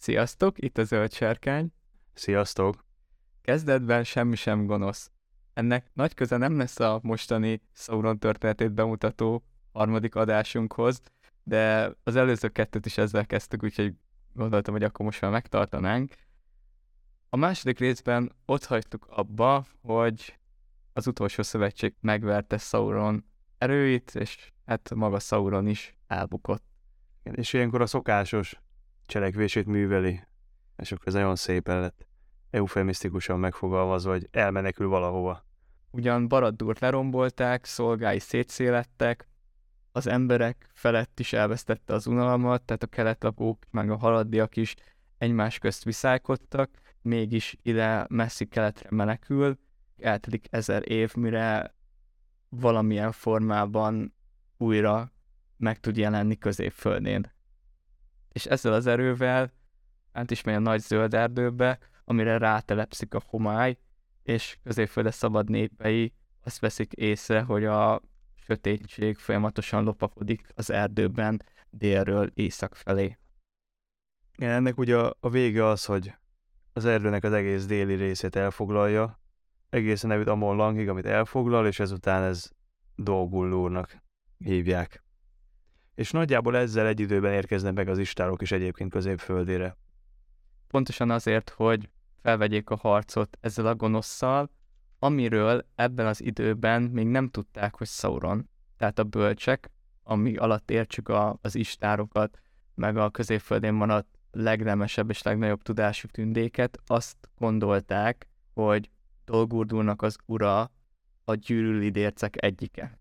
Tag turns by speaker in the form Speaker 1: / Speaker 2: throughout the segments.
Speaker 1: Sziasztok, itt a Zöld Sárkány.
Speaker 2: Sziasztok!
Speaker 1: Kezdetben semmi sem gonosz. Ennek nagy köze nem lesz a mostani Sauron történetét bemutató harmadik adásunkhoz, de az előző kettőt is ezzel kezdtük, úgyhogy gondoltam, hogy akkor most már megtartanánk. A második részben ott hagytuk abba, hogy az utolsó szövetség megverte Sauron erőit, és hát maga Sauron is elbukott.
Speaker 2: És ilyenkor a szokásos cselekvését műveli, és akkor ez nagyon szépen lett eufemisztikusan megfogalmazva, hogy elmenekül valahova.
Speaker 1: Ugyan Barad-dúrt lerombolták, szolgái szétszélettek, az emberek felett is elvesztette az unalmat, tehát a keletlakók meg a haladdiak is egymás közt viszálykodtak, mégis ide messzi keletre menekül, eltelik 1000 év, mire valamilyen formában újra meg tud jelenni Középföldén. És ezzel az erővel át is megy a nagy zöld erdőbe, amire rátelepszik a homály, és Középfölde szabad népei azt veszik észre, hogy a sötétség folyamatosan lopakodik az erdőben délről észak felé.
Speaker 2: Igen, ennek ugye a vége az, hogy az erdőnek az egész déli részét elfoglalja, egészen nevét Amon Langig, amit elfoglal, és ezután ez Dol Guldur-nak hívják. És nagyjából ezzel egy időben érkeznek meg az istárok is egyébként Középföldére.
Speaker 1: Pontosan azért, hogy felvegyék a harcot ezzel a gonoszszal, amiről ebben az időben még nem tudták, hogy Sauron, tehát a bölcsek, ami alatt értsük az istárokat, meg a Középföldén maradt legnemesebb és legnagyobb tudású tündéket, azt gondolták, hogy Dol Guldur-nak az ura a gyűrűlidércek egyike.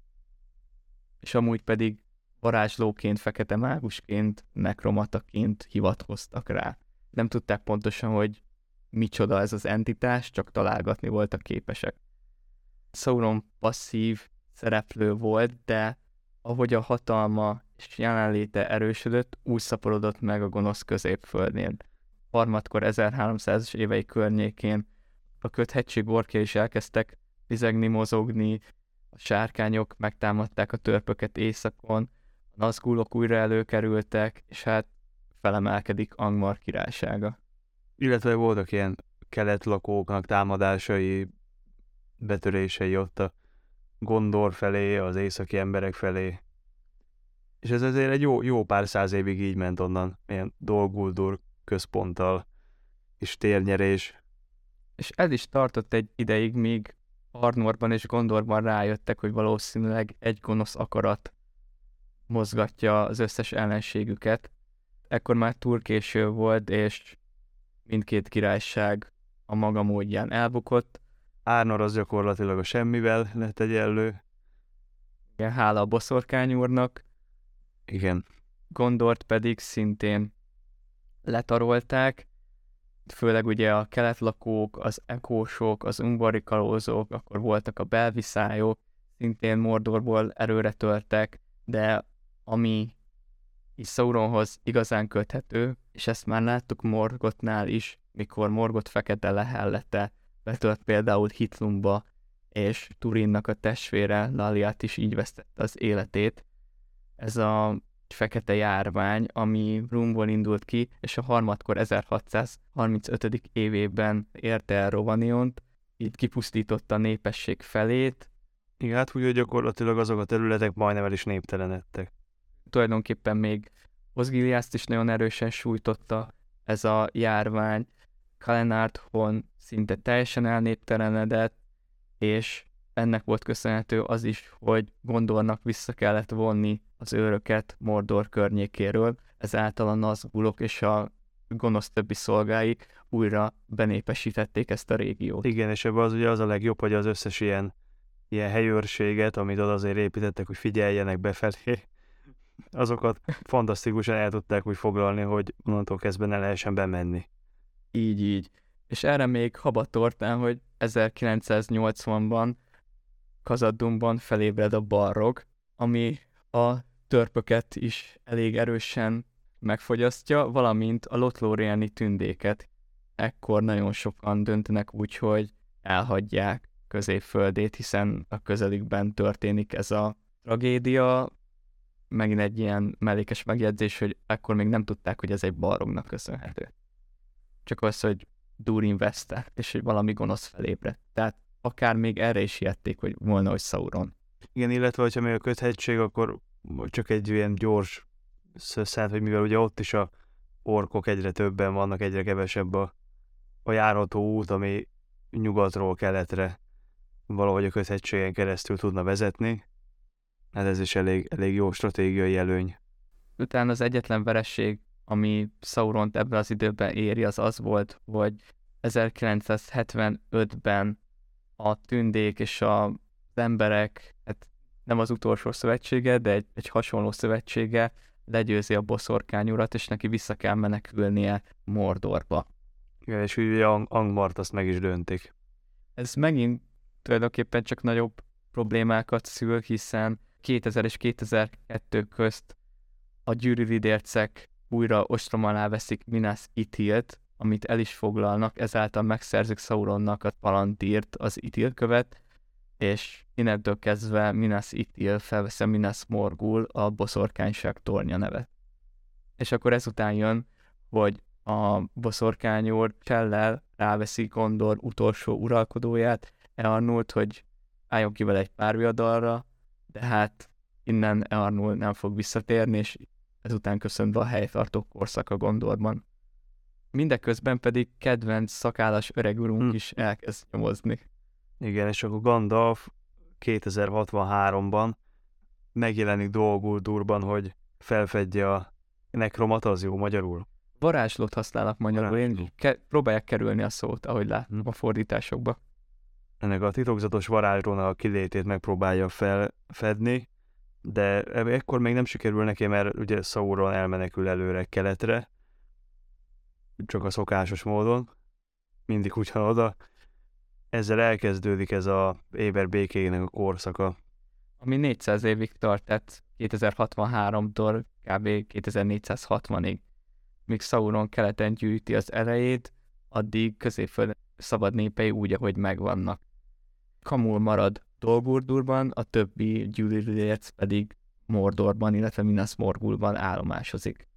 Speaker 1: És amúgy pedig varázslóként, fekete mágusként, nekromataként hivatkoztak rá. Nem tudták pontosan, hogy micsoda ez az entitás, csak találgatni voltak képesek. Sauron passzív szereplő volt, de ahogy a hatalma és jelenléte erősödött, úgy szaporodott meg a gonosz Középföldén. Harmadkor 1300-as évei környékén a köthegység orkjai is elkezdtek lizegni, mozogni, a sárkányok megtámadták a törpöket északon, a nazgulok újra előkerültek, és hát felemelkedik Angmar királysága.
Speaker 2: Illetve voltak ilyen keletlakóknak támadásai, betörései ott a Gondor felé, az északi emberek felé. És ez azért egy jó pár száz évig így ment onnan, ilyen Dol Guldur központtal, és térnyerés.
Speaker 1: És ez is tartott egy ideig, míg Arnorban és Gondorban rájöttek, hogy valószínűleg egy gonosz akarat mozgatja az összes ellenségüket. Ekkor már túl késő volt, és mindkét királyság a maga módján elbukott.
Speaker 2: Arnor az gyakorlatilag a semmivel lett egyenlő.
Speaker 1: Igen, hála a boszorkány úrnak.
Speaker 2: Igen.
Speaker 1: Gondort pedig szintén letarolták, főleg ugye a keletlakók, az ekósok, az ungvari kalózok, akkor voltak a belviszályok, szintén Mordorból erőre törtek, de ami is Sauronhoz igazán köthető, és ezt már láttuk Morgottnál is, mikor Morgott fekete lehellete betört például Hithlumba, és Turinnak a testvére Laliat is így vesztette az életét. Ez a fekete járvány, ami Rumból indult ki, és a harmadkor 1635. évében érte el Rovaniont, így kipusztította a népesség felét.
Speaker 2: Igen, hát úgy, hogy gyakorlatilag azok a területek majdnem el is néptelenedtek.
Speaker 1: Tulajdonképpen még Osgiliaszt is nagyon erősen sújtotta ez a járvány. Kalenárthon szinte teljesen elnéptelenedett, és ennek volt köszönhető az is, hogy Gondornak vissza kellett vonni az őröket Mordor környékéről, ezáltal a nazgulok és a gonosz többi szolgái újra benépesítették ezt a régiót.
Speaker 2: Igen, és ebben az ugye az a legjobb, hogy az összes ilyen helyőrséget, amit oda azért építettek, hogy figyeljenek befelé, azokat fantasztikusan el tudták úgy foglalni, hogy onnantól kezdve ne lehessen bemenni.
Speaker 1: Így. És erre még habatortán, hogy 1980-ban Khazad-dûmban felébred a Balrog, ami a törpöket is elég erősen megfogyasztja, valamint a lothlóriani tündéket. Ekkor nagyon sokan döntenek úgy, hogy elhagyják Középföldét, hiszen a közelükben történik ez a tragédia. megint egy ilyen mellékes megjegyzés, hogy akkor még nem tudták, hogy ez egy balrognak köszönhető. Csak az, hogy Durin veszte, és hogy valami gonosz felébredt. Tehát akár még erre is hihették, hogy volna, hogy Sauron.
Speaker 2: Igen, illetve, hogyha még a köthegység, akkor csak egy ilyen gyors szösszent, hogy mivel ugye ott is a orkok egyre többen vannak, egyre kevesebb a járható út, ami nyugatról keletre valahogy a köthegységen keresztül tudna vezetni. Hát ez is elég jó stratégiai előny.
Speaker 1: Utána az egyetlen veresség, ami Sauront ebben az időben éri, az volt, hogy 1975-ben a tündék és az emberek, hát nem az utolsó szövetsége, de egy hasonló szövetsége legyőzi a boszorkány urat, és neki vissza kell menekülnie Mordorba.
Speaker 2: Igen, és ugye Angmart azt meg is döntik.
Speaker 1: Ez megint tulajdonképpen csak nagyobb problémákat szül, hiszen 2000 és 2002 közt a gyűrűvidércek újra ostrom alá veszik Minas Ithillt, amit el is foglalnak, ezáltal megszerzik Sauronnak a Palantírt, az Ithil-követ, és innentől kezdve Minas Ithil felveszi a Minas Morgul, a boszorkányság tornya nevet. És akkor ezután jön, hogy a boszorkány úr Csellel ráveszi Gondor utolsó uralkodóját, Earnult, hogy álljon ki vele egy párviadalra, de hát innen Earnul nem fog visszatérni, és ezután köszönve a helytartó korszak a Gondorban. Mindeközben pedig kedvenc szakállas öreg urunk is elkezd nyomozni.
Speaker 2: Igen, és akkor Gandalf 2063-ban megjelenik Dol Guldur-ban, hogy felfedje a nekromat, az jó magyarul.
Speaker 1: Varázslót használnak magyarul, én próbálják kerülni a szót, ahogy látom a fordításokba.
Speaker 2: Ennek a titokzatos varázslónak a kilétét megpróbálja felfedni, de ekkor még nem sikerül neki, mert ugye Sauron elmenekül előre keletre, csak a szokásos módon, mindig ugyanoda. Ezzel elkezdődik ez a éber békéjének a korszaka.
Speaker 1: Ami 400 évig tart, tehát 2063-tól kb. 2460-ig. Míg Sauron keleten gyűjti az erejét, addig Középföld szabad népei úgy, ahogy megvannak. Kamul marad Dol Gúrdurban, a többi gyűlölőjec pedig Mordorban, illetve Minas Morgulban állomásozik.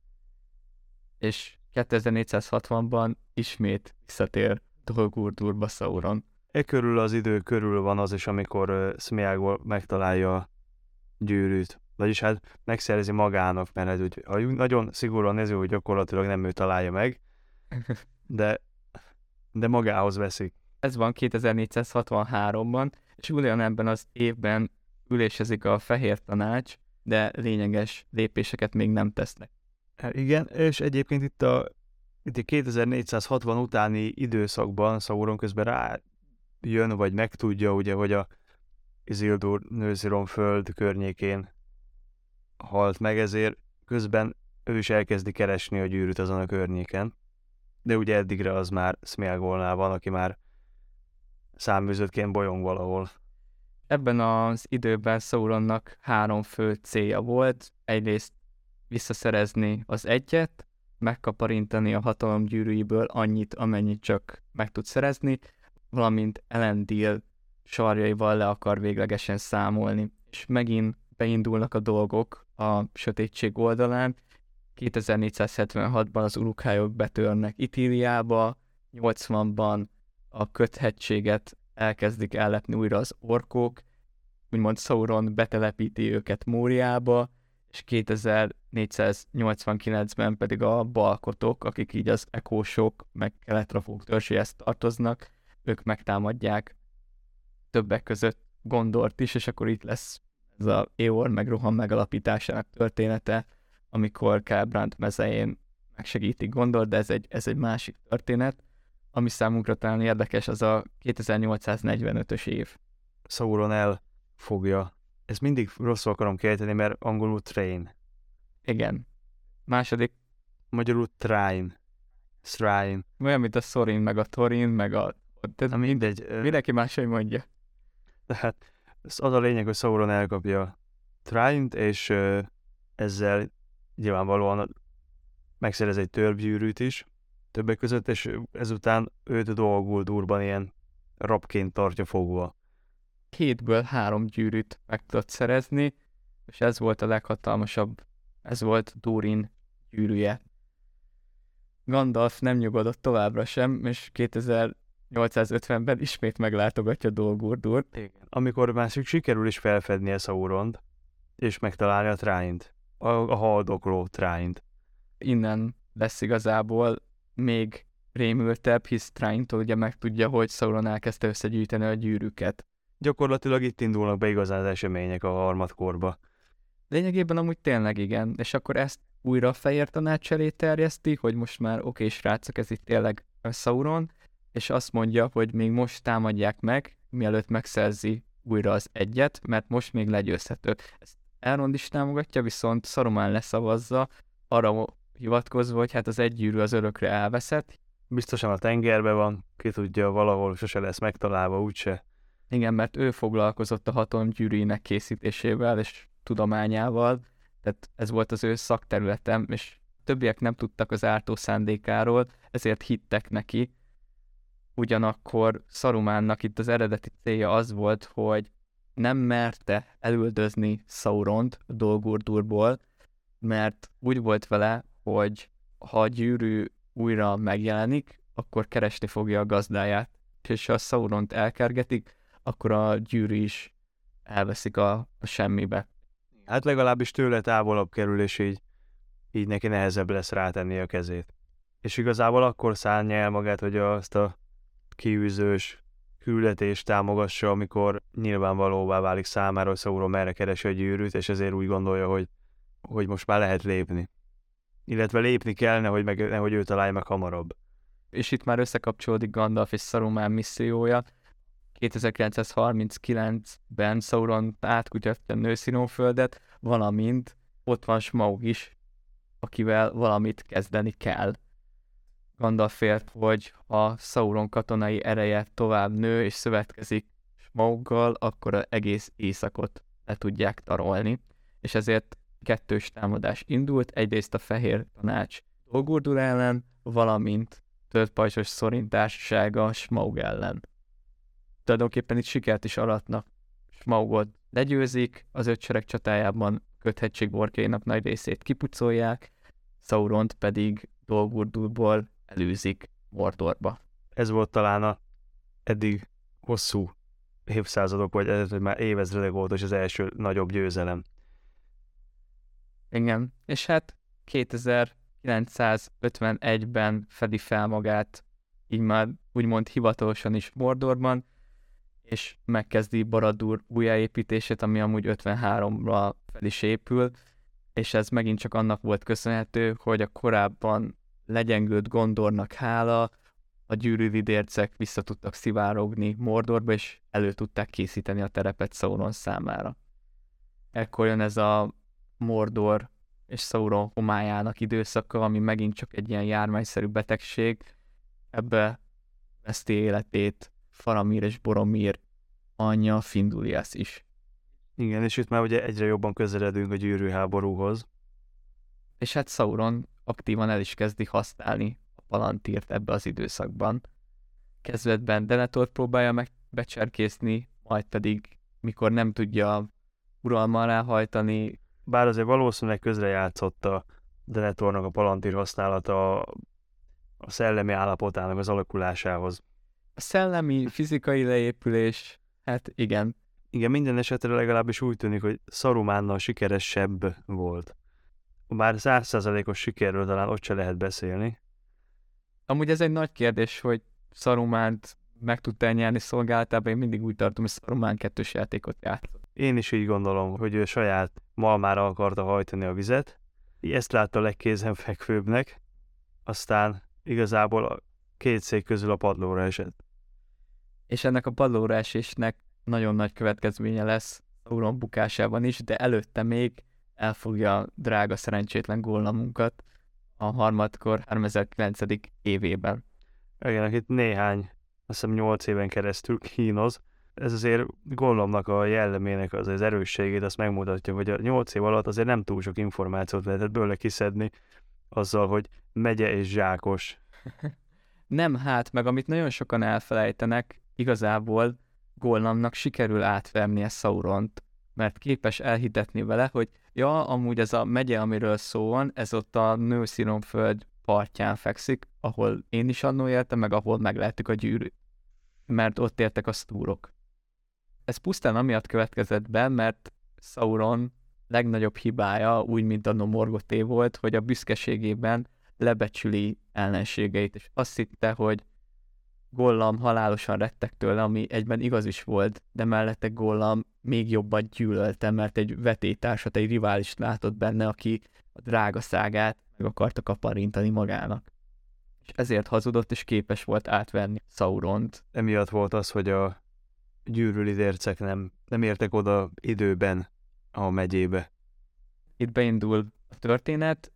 Speaker 1: És 2460-ban ismét visszatér Dol Gúrdurba Sauron.
Speaker 2: Körül az idő körül van az is, amikor Sméagol megtalálja a gyűrűt. Vagyis hát megszerzi magának, mert hát úgy, ha nagyon szigorúan néző, hogy gyakorlatilag nem ő találja meg, de magához veszik.
Speaker 1: Ez van 2463-ban, és ugyanebben az évben ülésezik a Fehér Tanács, de lényeges lépéseket még nem tesznek.
Speaker 2: Igen, és egyébként itt a 2460 utáni időszakban Sauron közben rájön, vagy megtudja, ugye, hogy a Isildur Nőziron föld környékén halt meg, ezért közben ő is elkezdi keresni a gyűrűt azon a környéken. De ugye eddigre az már Sméagolnál van, aki már száműzöttként bolyong valahol.
Speaker 1: Ebben az időben Sauronnak 3 fő célja volt. Egyrészt visszaszerezni az egyet, megkaparintani a hatalom gyűrűiből annyit, amennyit csak meg tud szerezni, valamint Elendil sarjaival le akar véglegesen számolni. És megint beindulnak a dolgok a sötétség oldalán. 2476-ban az Uruk-hájok betörnek Ithíliába, 80-ban a köthegységet elkezdik ellepni újra az orkok, úgymond Sauron betelepíti őket Móriába, és 2489-ben pedig a balkotok, akik így az ekósok, meg keletrafók törzséhez tartoznak, ők megtámadják többek között Gondort is, és akkor itt lesz ez a Eor meg Rohan megalapításának története, amikor Celebrant mezején megsegítik Gondor, de ez egy másik történet. Ami számunkra talán érdekes, az a 2845-ös év.
Speaker 2: Sauron elfogja. Ezt mindig rosszul akarom kiejteni, mert angolul train.
Speaker 1: Igen. Második.
Speaker 2: Magyarul train. Shrine.
Speaker 1: Olyan, mint a Sorin, meg a Torin, meg a...
Speaker 2: Na mindegy.
Speaker 1: Mindenki máshogy mondja.
Speaker 2: Tehát az a lényeg, hogy Sauron elkapja Traint, és ezzel nyilvánvalóan megszerez egy törbgyűrűt is többek között, és ezután őt Dol Guldurban ilyen rabként tartja fogva.
Speaker 1: 7-ből 3 gyűrűt meg tudott szerezni, és ez volt a leghatalmasabb, ez volt Durin gyűrűje. Gandalf nem nyugodott továbbra sem, és 2850-ben ismét meglátogatja Dol Gúrdurt.
Speaker 2: Igen. Amikor már sikerül is felfednie Sauront, és megtalálni a Tráint, a haldokló Tráint.
Speaker 1: Innen lesz igazából még rémültebb, hisz Tráintól ugye megtudja, hogy Sauron elkezdte összegyűjteni a gyűrűket.
Speaker 2: Gyakorlatilag itt indulnak be igazán az események a harmadkorba.
Speaker 1: Lényegében amúgy tényleg igen, és akkor ezt újra a fehér tanács elé terjeszti, hogy most már oké, srácok, ez itt tényleg Sauron, és azt mondja, hogy még most támadják meg, mielőtt megszerzi újra az egyet, mert most még legyőzhető. Ezt Elrond is támogatja, viszont Saruman leszavazza, arra hivatkozva, hogy hát az egy gyűrű az örökre elveszett.
Speaker 2: Biztosan a tengerben van, ki tudja, valahol sose lesz megtalálva, úgyse.
Speaker 1: Igen, mert ő foglalkozott a hatalom gyűrűinek készítésével és tudományával, tehát ez volt az ő szakterületem, és többiek nem tudtak az ártó szándékáról, ezért hittek neki. Ugyanakkor Sarumannak itt az eredeti célja az volt, hogy nem merte elüldözni Sauront Dol Gúrdurból, mert úgy volt vele, hogy ha a gyűrű újra megjelenik, akkor keresni fogja a gazdáját, és ha a Sauront elkergetik, akkor a gyűrű is elveszik a semmibe.
Speaker 2: Hát legalábbis tőle távolabb kerül, és így neki nehezebb lesz rátenni a kezét. És igazából akkor szánja el magát, hogy azt a kiűzős küldetést támogassa, amikor nyilvánvalóvá válik számára, hogy Sauron merre keresi a gyűrűt, és ezért úgy gondolja, hogy most már lehet lépni. Illetve lépni kell, nehogy ő találja meg hamarabb.
Speaker 1: És itt már összekapcsolódik Gandalf és Saruman missziója. 2939-ben Sauron átkutatja a Nőszínóföldet, valamint ott van Smaug is, akivel valamit kezdeni kell. Gandalf félt, hogy ha Sauron katonai ereje tovább nő és szövetkezik Smauggal, akkor az egész északot le tudják tarolni, és ezért kettős támadás indult, egyrészt a Fehér Tanács Dol Gúrdur ellen, valamint Tölgypajzsos Thorin társasága Smaug ellen. Tulajdonképpen itt sikert is aratnak. Smaugot legyőzik, az ötsereg csatájában köthetség orkjainak nagy részét kipucolják, Sauront pedig Dol Gúrdurból elűzik Mordorba.
Speaker 2: Ez volt talán a eddig hosszú évszázadok, vagy már évezredek óta is az első nagyobb győzelem.
Speaker 1: Igen, és hát 2951-ben fedi fel magát, így már úgymond hivatalosan is Mordorban, és megkezdi Barad-dûr újjáépítését, ami amúgy 53-ra fel is épül, és ez megint csak annak volt köszönhető, hogy a korábban legyengült Gondornak hála, a gyűrűvidércek vissza tudtak szivárogni Mordorba, és elő tudták készíteni a terepet Sauron számára. Ekkor jön ez a Mordor és Sauron homályának időszaka, ami megint csak egy ilyen járványszerű betegség. Ebbe veszti életét Faramir és Boromir anyja, Findulias is.
Speaker 2: Igen, és itt már ugye egyre jobban közeledünk a gyűrűháborúhoz.
Speaker 1: És hát Sauron aktívan el is kezdi használni a Palantírt ebbe az időszakban. Kezdetben Denethort próbálja meg becserkészni, majd pedig, mikor nem tudja uralma alá hajtani.
Speaker 2: Bár azért valószínűleg közrejátszott a Denethornak a Palantír használata a szellemi állapotának az alakulásához.
Speaker 1: A szellemi, fizikai leépülés, hát igen.
Speaker 2: Igen, minden esetre legalábbis úgy tűnik, hogy Sarumánnal sikeresebb volt. Bár 100%-os sikerről talán ott se lehet beszélni.
Speaker 1: Amúgy ez egy nagy kérdés, hogy Sarumánt meg tudta nyerni szolgálatában, én mindig úgy tartom, hogy Saruman kettős játékot játszott.
Speaker 2: Én is így gondolom, hogy ő saját malmára akarta hajtani a vizet. Ezt látta a legkézenfekvőbbnek, aztán igazából a két szék közül a padlóra esett.
Speaker 1: És ennek a padlóra esésnek nagyon nagy következménye lesz Sauron bukásában is, de előtte még elfogja drága szerencsétlen Gollamunkat a harmadkor 3009. évében.
Speaker 2: Igen, akit néhány, azt hiszem 8 éven keresztül kínoz. Ez azért Gollumnak a jellemének az erősségét, azt megmutatja, hogy a 8 év alatt azért nem túl sok információt lehetett bőle kiszedni azzal, hogy megye és zsákos.
Speaker 1: Nem, hát meg amit nagyon sokan elfelejtenek, igazából Gollumnak sikerül átvernie Sauront mert képes elhitetni vele, hogy ja, amúgy ez a megye, amiről szó van, ez ott a Nőszínonföld partján fekszik, ahol én is annól éltem, meg ahol meglehettük a gyűrűt, mert ott éltek a sztúrok. Ez pusztán amiatt következett be, mert Sauron legnagyobb hibája, úgy mint a Morgothé volt, hogy a büszkeségében lebecsüli ellenségeit, és azt hitte, hogy Gollam halálosan rettek tőle, ami egyben igaz is volt, de mellette Gollam még jobban gyűlölte, mert egy vetélytársat, egy riválist látott benne, aki a drága szágát meg akarta kaparintani magának. És ezért hazudott, és képes volt átverni Sauront.
Speaker 2: Emiatt volt az, hogy a gyűrűlidércek nem értek oda időben a megyébe.
Speaker 1: Itt beindul a történet,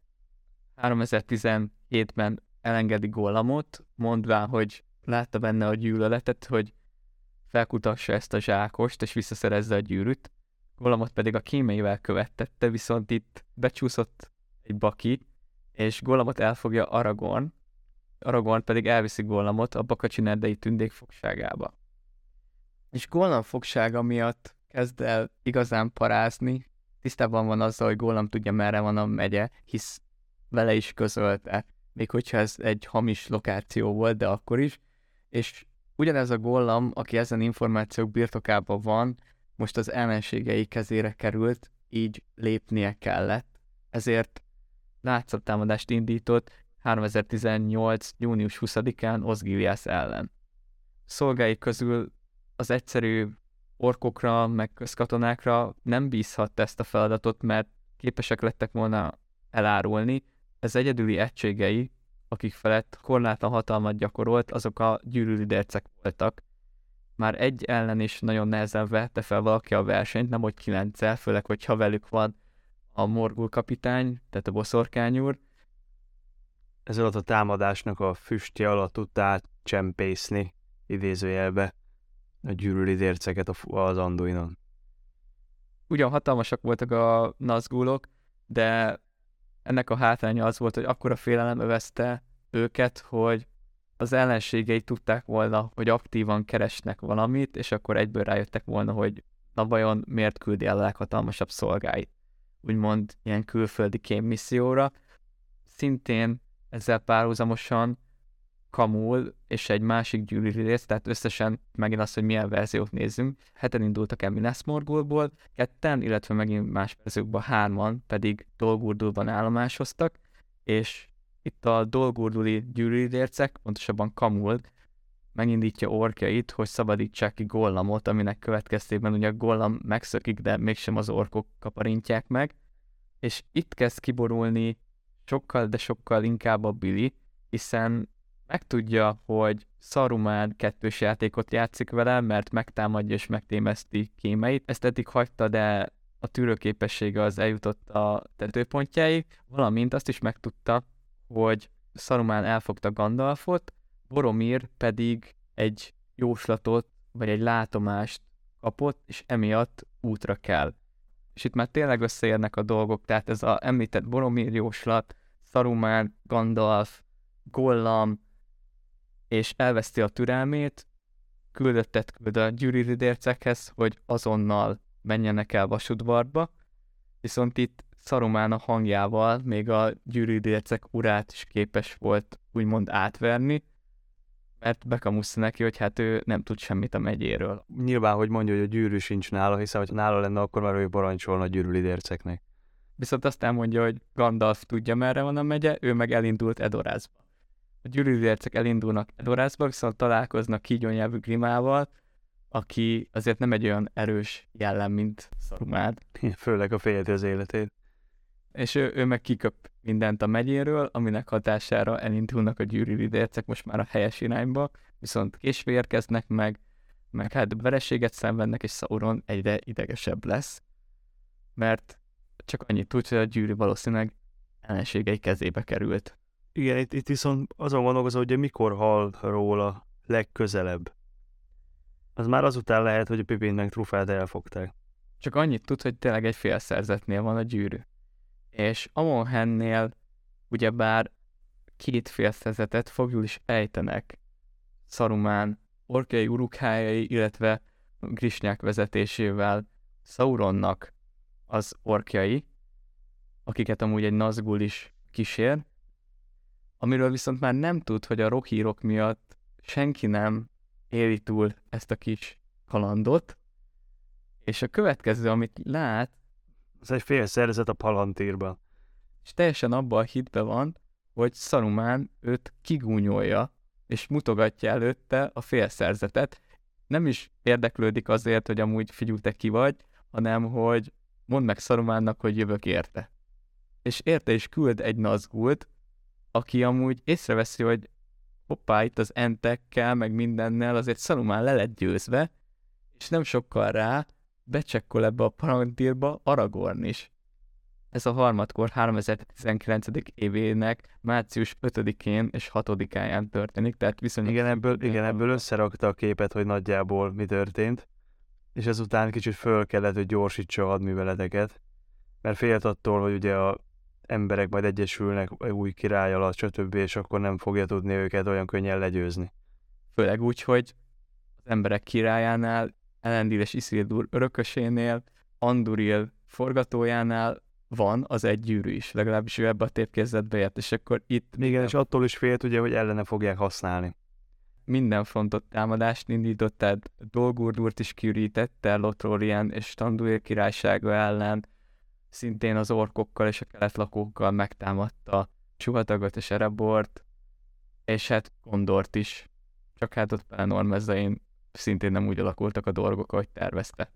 Speaker 1: 3017-ben elengedi Gollamot, mondván, hogy látta benne a gyűlöletet, hogy felkutassa ezt a zsákost, és visszaszerezze a gyűrűt. Gollamot pedig a kémeivel követtette, viszont itt becsúszott egy baki, és Gollamot elfogja Aragorn. Aragorn pedig elviszi Gollamot a bakacsi erdei tündék fogságába. És Gollam fogsága miatt kezd el igazán parázni, tisztában van azzal, hogy Gollam tudja, merre van a megye, hisz vele is közölte, még hogyha ez egy hamis lokáció volt, de akkor is, és ugyanez a Gollam, aki ezen információk birtokában van, most az ellenségei kezére került, így lépnie kellett, ezért látszattámadást indított 3018. június 20-án Osgiliath ellen. Szolgái közül az egyszerű orkokra, meg közkatonákra nem bízhatta ezt a feladatot, mert képesek lettek volna elárulni. Ez egyedüli egységei, akik felett korlátlan hatalmat gyakorolt, azok a gyűrűlidércek voltak. Már egy ellen is nagyon nehezen vette fel valaki a versenyt, nem hogy 9-el, főleg, hogyha velük van a Morgul kapitány, tehát a boszorkány úr.
Speaker 2: Ez alatt a támadásnak a füstje alatt tudta átcsempészni, idézőjelbe, a gyűrűlidérceket az Anduinon.
Speaker 1: Ugyan hatalmasak voltak a Nazgulok, de ennek a hátránya az volt, hogy akkora félelem övezte őket, hogy az ellenségei tudták volna, hogy aktívan keresnek valamit, és akkor egyből rájöttek volna, hogy na vajon miért küldi el a leghatalmasabb szolgáit. Úgymond ilyen külföldi kémmisszióra. Szintén ezzel párhuzamosan Kamul és egy másik gyűrűlidérc, tehát összesen megint az, hogy milyen verziót nézzünk. 7-en indultak el Minas Morgulból, 2-en, illetve megint más verziókban 3-an pedig Dol Gúrdulban állomásoztak, és itt a Dol Gúrduli gyűrűlidércek, pontosabban Kamul megindítja orkjait, hogy szabadítsák ki Gollamot, aminek következtében ugye Gollam megszökik, de mégsem az orkok kaparintják meg, és itt kezd kiborulni sokkal, de sokkal inkább a Billy, hiszen megtudja, hogy Saruman kettős játékot játszik vele, mert megtámadja és megtémeszti kémeit. Ezt eddig hagyta, de a tűrőképessége az eljutott a tetőpontjáig, valamint azt is megtudta, hogy Saruman elfogta Gandalfot, Boromir pedig egy jóslatot, vagy egy látomást kapott, és emiatt útra kell. És itt már tényleg összeérnek a dolgok, tehát ez a említett Boromir jóslat, Saruman, Gandalf, Gollam, és elveszti a türelmét, küldöttet küld a gyűrűlidércekhez, hogy azonnal menjenek el vasudvarba, viszont itt Saruman a hangjával még a gyűrűlidércek urát is képes volt úgymond átverni, mert bekamuszta neki, hogy hát ő nem tud semmit a megyéről.
Speaker 2: Nyilván, hogy mondja, hogy a gyűrű sincs nála, hiszen ha nála lenne, akkor már ő parancsolna a gyűrűlidérceknek.
Speaker 1: Viszont azt elmondja, hogy Gandalf tudja, merre van a megye, ő meg elindult Edorázba. A gyűrűlidércek elindulnak Edorázba, viszont találkoznak kígyónyelvű Grimával, aki azért nem egy olyan erős jellem, mint Saruman.
Speaker 2: Főleg a félti az életét.
Speaker 1: És ő meg kiköp mindent a megyéről, aminek hatására elindulnak a gyűrűlidércek most már a helyes irányba, viszont késve érkeznek meg hát vereséget szenvednek, és Sauron egyre idegesebb lesz, mert csak annyit tud, hogy a gyűrű valószínűleg ellenségei kezébe került.
Speaker 2: Igen, itt viszont azon gondolkozom, hogy mikor hall róla legközelebb. Az már azután lehet, hogy a Pippint meg Trufát elfogták.
Speaker 1: Csak annyit tud, hogy tényleg egy félszerzetnél van a gyűrű. És Amon Hennél ugyebár 2 félszerzetet fogjuk is ejtenek Saruman orkjai, urukhájai, illetve Grisnyák vezetésével Sauronnak az orkjai, akiket amúgy egy Nazgul is kísér, amiről viszont már nem tud, hogy a rohírok miatt senki nem éli túl ezt a kis kalandot, és a következő, amit lát,
Speaker 2: Ez egy fél szerzet a Palantírban.
Speaker 1: és teljesen abban a hitben van, hogy Saruman őt kigúnyolja, és mutogatja előtte a félszerzetet. Nem is érdeklődik azért, hogy amúgy figyelj, te ki vagy, hanem hogy mondd meg Sarumannak, hogy jövök érte. És érte is küld egy Nazgult, aki amúgy észreveszi, hogy hoppá, itt az entekkel, meg mindennel azért Saruman le lett győzve, és nem sokkal rá becsekkol ebbe a Palantírba Aragorn is. Ez a harmadkor 3019. évének március 5-én és 6-án történik, tehát viszonylag...
Speaker 2: Igen, ebből összerakta a képet, hogy nagyjából mi történt, és ezután kicsit föl kellett, hogy gyorsítsa a hadműveleteket, mert félt attól, hogy ugye a emberek majd egyesülnek új király alatt, stb., és akkor nem fogja tudni őket olyan könnyen legyőzni.
Speaker 1: Főleg úgy, hogy az emberek királyánál, Elendil és Isildur örökösénél, Anduril forgatójánál van az egy gyűrű is, legalábbis ő ebbe a tépképzetbe ért, és akkor itt...
Speaker 2: Igen, és attól is félt ugye, hogy ellene fogják használni.
Speaker 1: Minden fontos támadást indított, tehát Dol Gúrdurt is kiürítette Lothlórien és Tandúr királysága ellen, szintén az orkokkal és a keletlakókkal megtámadta Csuvatagot és Erebort, és hát Gondort is. Csak hát ott Pelennor mezein szintén nem úgy alakultak a dolgok, ahogy tervezte.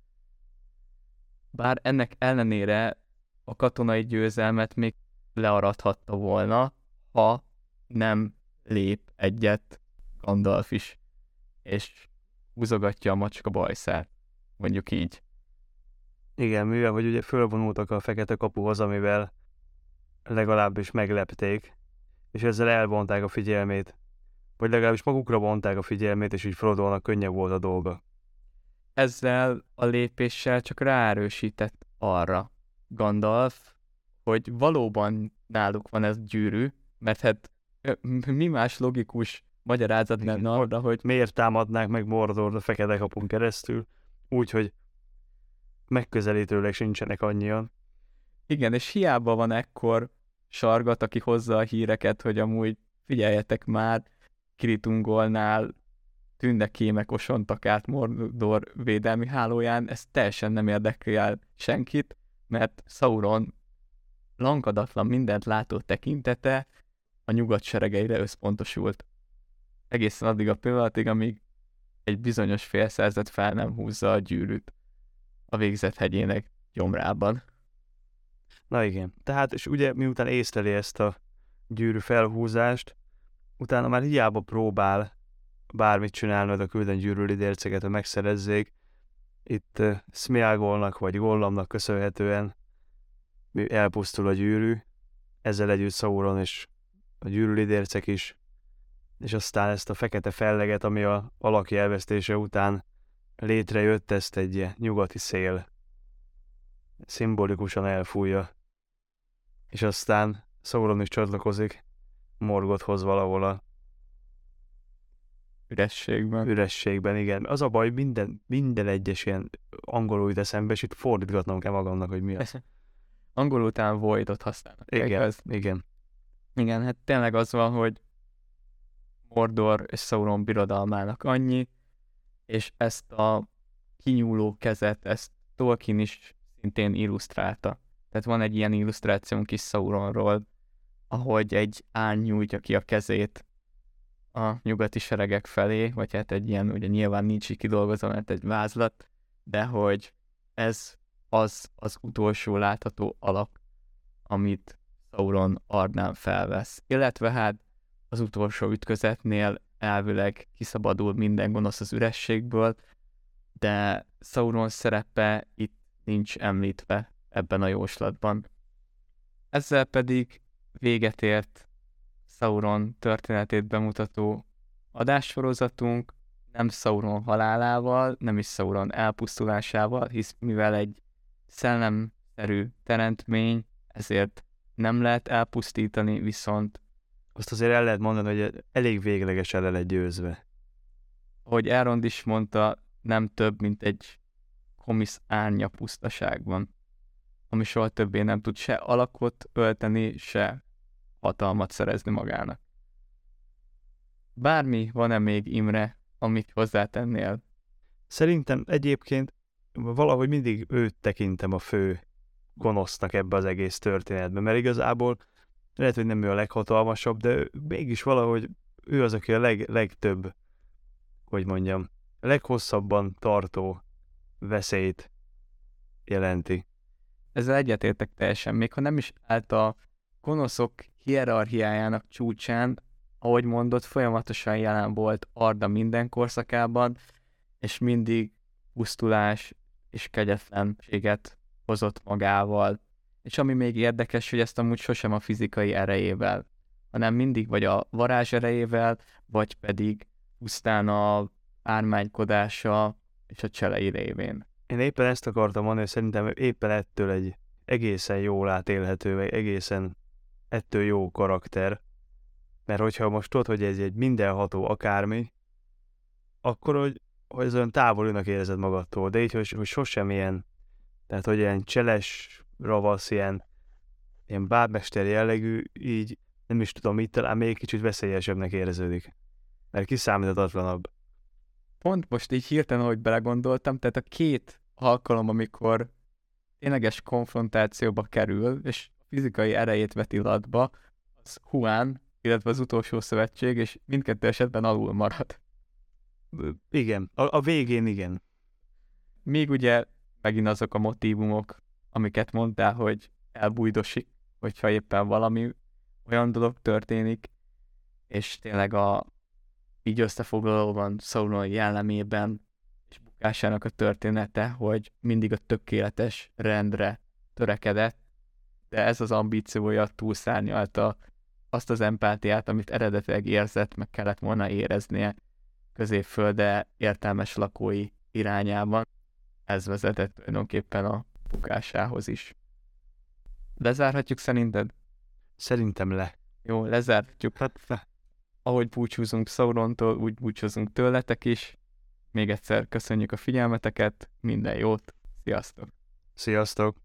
Speaker 1: Bár ennek ellenére a katonai győzelmet még learadhatta volna, ha nem lép egyet Gandalf is, és húzogatja a macska bajszát, mondjuk így.
Speaker 2: Igen, mivel hogy ugye fölvonultak a fekete kapuhoz, amivel legalábbis meglepték, és ezzel elvonták a figyelmét, vagy legalábbis magukra vonták a figyelmét, és így Frodonak könnyebb volt a dolga.
Speaker 1: Ezzel a lépéssel csak ráerősített arra Gandalf, hogy valóban náluk van ez gyűrű, mert hát mi más logikus magyarázat lenne arra, hogy
Speaker 2: miért támadnák meg Mordort a fekete kapun keresztül, úgyhogy megközelítőleg sincsenek annyian.
Speaker 1: igen, és hiába van ekkor Sargat, aki hozza a híreket, hogy amúgy figyeljetek már, Kiritungolnál tűnnek kémek osontak át Mordor védelmi hálóján, ez teljesen nem érdekli el senkit, mert Sauron lankadatlan mindent látó tekintete a nyugat seregeire összpontosult. Egészen addig a pillanatig, amíg egy bizonyos félszerzet fel nem húzza a gyűrűt a végzett hegyének gyomrában.
Speaker 2: Na igen, tehát és ugye miután észleli ezt a gyűrű felhúzást, utána már hiába próbál bármit csinálnod a külden gyűrűlidérceket, hogy megszerezzék. Itt Sméagolnak vagy Gollamnak köszönhetően elpusztul a gyűrű, ezzel együtt Sauron és a gyűrűlidércek is, és aztán ezt a fekete felleget, ami a alaki elvesztése után létrejött, ezt egy nyugati szél szimbolikusan elfújja. És aztán Sauron is csatlakozik Morgothhoz valahol a
Speaker 1: ürességben,
Speaker 2: igen. Az a baj, minden egyes ilyen angolul jut eszembe, és itt fordítgatnom kell magamnak, hogy mi az.
Speaker 1: Angolul után voidot használnak.
Speaker 2: Igen.
Speaker 1: Igen, hát tényleg az van, hogy Mordor és Sauron birodalmának annyi, és ezt a kinyúló kezet, ezt Tolkien is szintén illusztrálta. Tehát van egy ilyen illusztrációnk is Sauronról, ahogy egy árny nyújtja ki a kezét a nyugati seregek felé, vagy hát egy ilyen, ugye nyilván nincs így kidolgozva, mert egy vázlat, de hogy ez az utolsó látható alak, amit Sauron Arnán felvesz. Illetve hát az utolsó ütközetnél elvileg kiszabadul minden gonosz az ürességből, de Sauron szerepe itt nincs említve ebben a jóslatban. Ezzel pedig véget ért Sauron történetét bemutató adássorozatunk, nem Sauron halálával, nem is Sauron elpusztulásával, hisz mivel egy szellemszerű teremtmény, ezért nem lehet elpusztítani, viszont
Speaker 2: azt azért el lehet mondani, hogy elég véglegesen le lett győzve.
Speaker 1: Ahogy Elrond is mondta, nem több, mint egy komisz árnya pusztaságban, ami soha többé nem tud se alakot ölteni, se hatalmat szerezni magának. Bármi van-e még, Imre, amit hozzátennél?
Speaker 2: Szerintem egyébként valahogy mindig őt tekintem a fő gonosznak ebbe az egész történetbe, mert igazából lehet, hogy nem ő a leghatalmasabb, de mégis valahogy ő az, aki a legtöbb, hogy mondjam, a leghosszabban tartó veszélyt jelenti.
Speaker 1: Ezzel egyetértek teljesen, még ha nem is állt a gonoszok hierarchiájának csúcsán, ahogy mondott, folyamatosan jelen volt Arda minden korszakában, és mindig pusztulás és kegyetlenséget hozott magával. És ami még érdekes, hogy ezt amúgy sosem a fizikai erejével, hanem mindig vagy a varázs erejével, vagy pedig pusztán a ármánykodása és a cselei révén.
Speaker 2: Én éppen ezt akartam mondani, hogy szerintem éppen ettől egy egészen jól átélhető, vagy egészen ettől jó karakter, mert hogyha most tudod, hogy ez egy mindenható akármi, akkor hogy ez olyan távolúnak érzed magadtól, de így, hogy sosem ilyen, tehát hogy ilyen cseles, ravasz, ilyen bábmester jellegű, így nem is tudom, itt talán még kicsit veszélyesebbnek érződik, mert kiszámíthatatlanabb.
Speaker 1: Pont most így hirtelen, ahogy belegondoltam, tehát a két alkalom, amikor tényleges konfrontációba kerül, és a fizikai erejét veti latba, az Juan, illetve az utolsó szövetség, és mindkettő esetben alul marad.
Speaker 2: Igen, a végén igen.
Speaker 1: Még ugye megint azok a motívumok, amiket mondtál, hogy elbújdosik, hogyha éppen valami olyan dolog történik, és tényleg így összefoglalóban Sauron jellemében és bukásának a története, hogy mindig a tökéletes rendre törekedett, de ez az ambíciója túlszárnyalta azt az empátiát, amit eredetileg érzett, meg kellett volna éreznie Középfölde értelmes lakói irányában. Ez vezetett tulajdonképpen a bukásához is. Lezárhatjuk szerinted?
Speaker 2: Szerintem le.
Speaker 1: Jó, lezárhatjuk.
Speaker 2: Hát,
Speaker 1: Ahogy búcsúzunk Saurontól, úgy búcsúzunk tőletek is. Még egyszer köszönjük a figyelmeteket, minden jót, sziasztok!
Speaker 2: sziasztok!